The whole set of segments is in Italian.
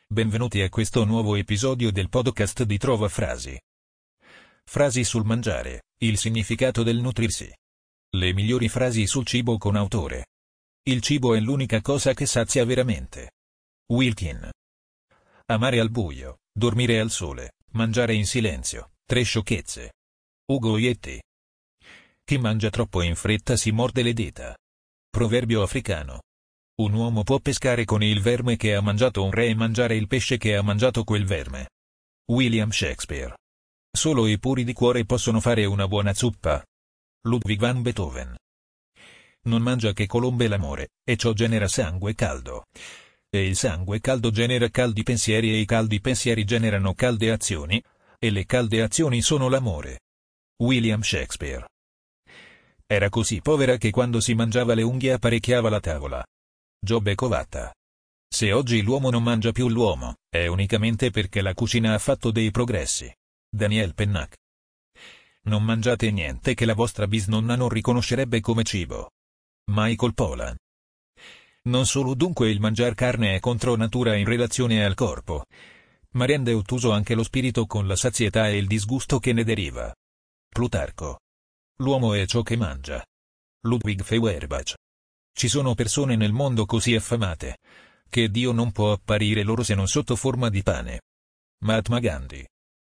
Benvenuti a questo nuovo episodio del podcast di Trova Frasi. Frasi sul mangiare, il significato del nutrirsi. Le migliori frasi sul cibo con autore. Il cibo è l'unica cosa che sazia veramente. Wilkin. Amare al buio, dormire al sole, mangiare in silenzio, 3 sciocchezze. Ugo Ieti. Chi mangia troppo in fretta si morde le dita. Proverbio africano. Un uomo può pescare con il verme che ha mangiato un re e mangiare il pesce che ha mangiato quel verme. William Shakespeare. Solo i puri di cuore possono fare una buona zuppa. Ludwig van Beethoven. Non mangia che colombe l'amore, e ciò genera sangue caldo. E il sangue caldo genera caldi pensieri e i caldi pensieri generano calde azioni, e le calde azioni sono l'amore. William Shakespeare. Era così povera che quando si mangiava le unghie apparecchiava la tavola. Giobbe Covatta. Se oggi l'uomo non mangia più l'uomo, è unicamente perché la cucina ha fatto dei progressi. Daniel Pennac. Non mangiate niente che la vostra bisnonna non riconoscerebbe come cibo. Michael Pollan. Non solo dunque il mangiar carne è contro natura in relazione al corpo, ma rende ottuso anche lo spirito con la sazietà e il disgusto che ne deriva. Plutarco. L'uomo è ciò che mangia. Ludwig Feuerbach. Ci sono persone nel mondo così affamate, che Dio non può apparire loro se non sotto forma di pane. Mahatma Gandhi.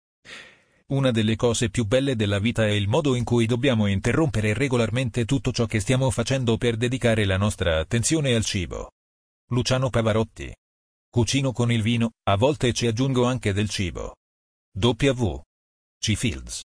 Una delle cose più belle della vita è il modo in cui dobbiamo interrompere regolarmente tutto ciò che stiamo facendo per dedicare la nostra attenzione al cibo. Luciano Pavarotti. Cucino con il vino, a volte ci aggiungo anche del cibo. W. C. Fields.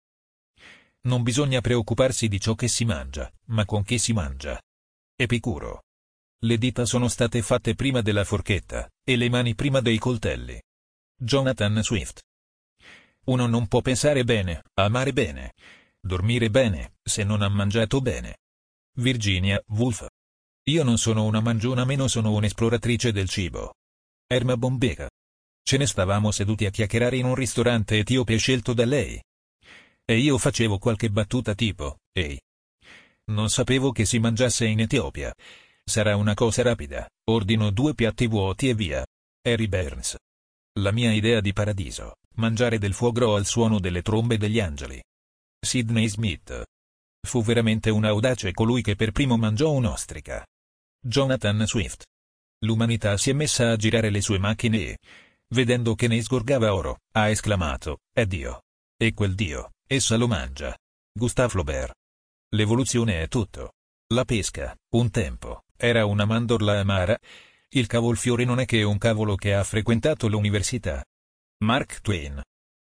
Non bisogna preoccuparsi di ciò che si mangia, ma con che si mangia. Epicuro. Le dita sono state fatte prima della forchetta, e le mani prima dei coltelli. Jonathan Swift. Uno non può pensare bene, amare bene, dormire bene, se non ha mangiato bene. Virginia Woolf. Io non sono una mangiona meno sono un'esploratrice del cibo. Erma Bombeca. Ce ne stavamo seduti a chiacchierare in un ristorante etiope scelto da lei. E io facevo qualche battuta tipo, ehi. Non sapevo che si mangiasse in Etiopia. Sarà una cosa rapida, ordino 2 piatti vuoti e via. Harry Burns. La mia idea di paradiso, mangiare del foie gras al suono delle trombe degli angeli. Sidney Smith. Fu veramente un audace colui che per primo mangiò un'ostrica. Jonathan Swift. L'umanità si è messa a girare le sue macchine e, vedendo che ne sgorgava oro, ha esclamato, è Dio. E quel Dio, essa lo mangia. Gustave Flaubert. L'evoluzione è tutto. La pesca, un tempo, era una mandorla amara. Il cavolfiore non è che un cavolo che ha frequentato l'università. Mark Twain.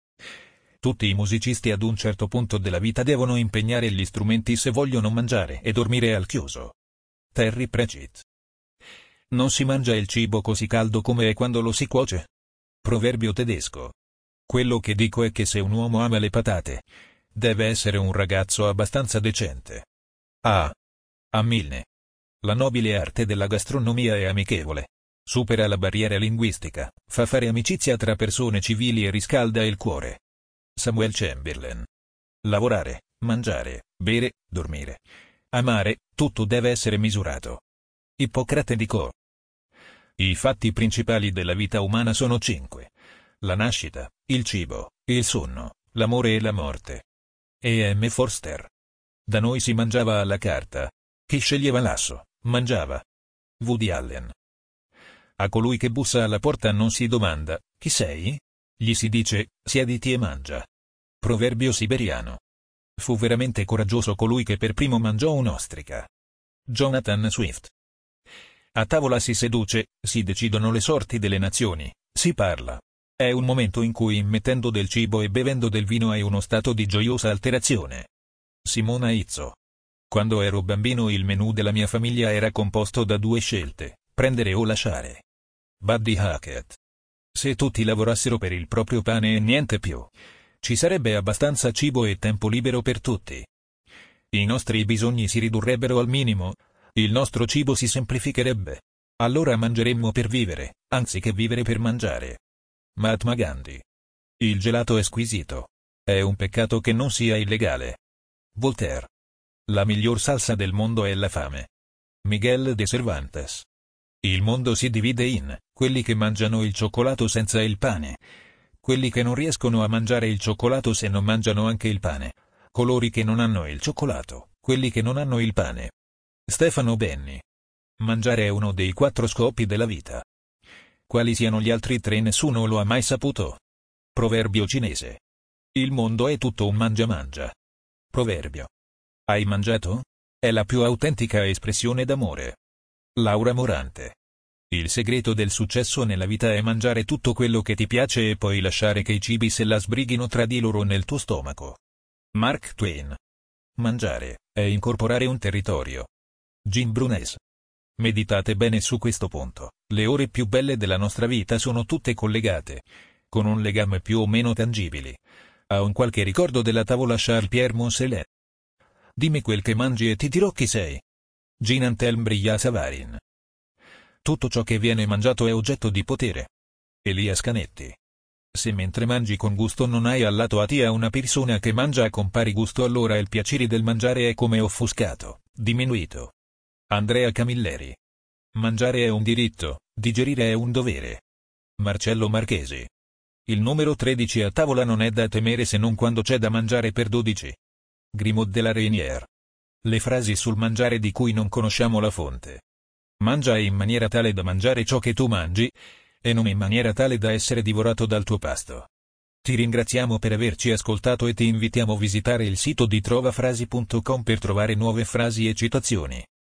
Tutti i musicisti ad un certo punto della vita devono impegnare gli strumenti se vogliono mangiare e dormire al chiuso. Terry Pratchett. Non si mangia il cibo così caldo come è quando lo si cuoce. Proverbio tedesco. Quello che dico è che se un uomo ama le patate, deve essere un ragazzo abbastanza decente. A. Milne. La nobile arte della gastronomia è amichevole. Supera la barriera linguistica, fa fare amicizia tra persone civili e riscalda il cuore. Samuel Chamberlain. Lavorare, mangiare, bere, dormire, amare, tutto deve essere misurato. Ippocrate dico. I fatti principali della vita umana sono 5. La nascita, il cibo, il sonno, l'amore e la morte. E. M. Forster. Da noi si mangiava alla carta. Chi sceglieva l'asso, mangiava. Woody Allen. A colui che bussa alla porta non si domanda, chi sei? Gli si dice, siediti e mangia. Proverbio siberiano. Fu veramente coraggioso colui che per primo mangiò un'ostrica. Jonathan Swift. A tavola si seduce, si decidono le sorti delle nazioni, si parla. È un momento in cui mettendo del cibo e bevendo del vino hai uno stato di gioiosa alterazione. Simona Izzo. Quando ero bambino il menù della mia famiglia era composto da 2 scelte, prendere o lasciare. Buddy Hackett. Se tutti lavorassero per il proprio pane e niente più, ci sarebbe abbastanza cibo e tempo libero per tutti. I nostri bisogni si ridurrebbero al minimo, il nostro cibo si semplificherebbe. Allora mangeremmo per vivere, anziché vivere per mangiare. Mahatma Gandhi. Il gelato è squisito. È un peccato che non sia illegale. Voltaire. La miglior salsa del mondo è la fame. Miguel de Cervantes. Il mondo si divide in quelli che mangiano il cioccolato senza il pane, quelli che non riescono a mangiare il cioccolato se non mangiano anche il pane, coloro che non hanno il cioccolato, quelli che non hanno il pane. Stefano Benni. Mangiare è uno dei 4 scopi della vita. Quali siano gli altri 3 nessuno lo ha mai saputo. Proverbio cinese. Il mondo è tutto un mangia-mangia. Proverbio. Hai mangiato? È la più autentica espressione d'amore. Laura Morante. Il segreto del successo nella vita è mangiare tutto quello che ti piace e poi lasciare che i cibi se la sbrighino tra di loro nel tuo stomaco. Mark Twain. Mangiare è incorporare un territorio. Jim Brunes. Meditate bene su questo punto. Le ore più belle della nostra vita sono tutte collegate, con un legame più o meno tangibile, a un qualche ricordo della tavola. Charles-Pierre Monselet. Dimmi quel che mangi e ti dirò chi sei. Jean Antelme Brillat-Savarin. Tutto ciò che viene mangiato è oggetto di potere. Elias Canetti. Se mentre mangi con gusto non hai allato a te a una persona che mangia con pari gusto, allora il piacere del mangiare è come offuscato, diminuito. Andrea Camilleri. Mangiare è un diritto, digerire è un dovere. Marcello Marchesi. Il numero 13 a tavola non è da temere se non quando c'è da mangiare per 12. Grimaud de la Reynière. Le frasi sul mangiare di cui non conosciamo la fonte. Mangia in maniera tale da mangiare ciò che tu mangi, e non in maniera tale da essere divorato dal tuo pasto. Ti ringraziamo per averci ascoltato e ti invitiamo a visitare il sito di trovafrasi.com per trovare nuove frasi e citazioni.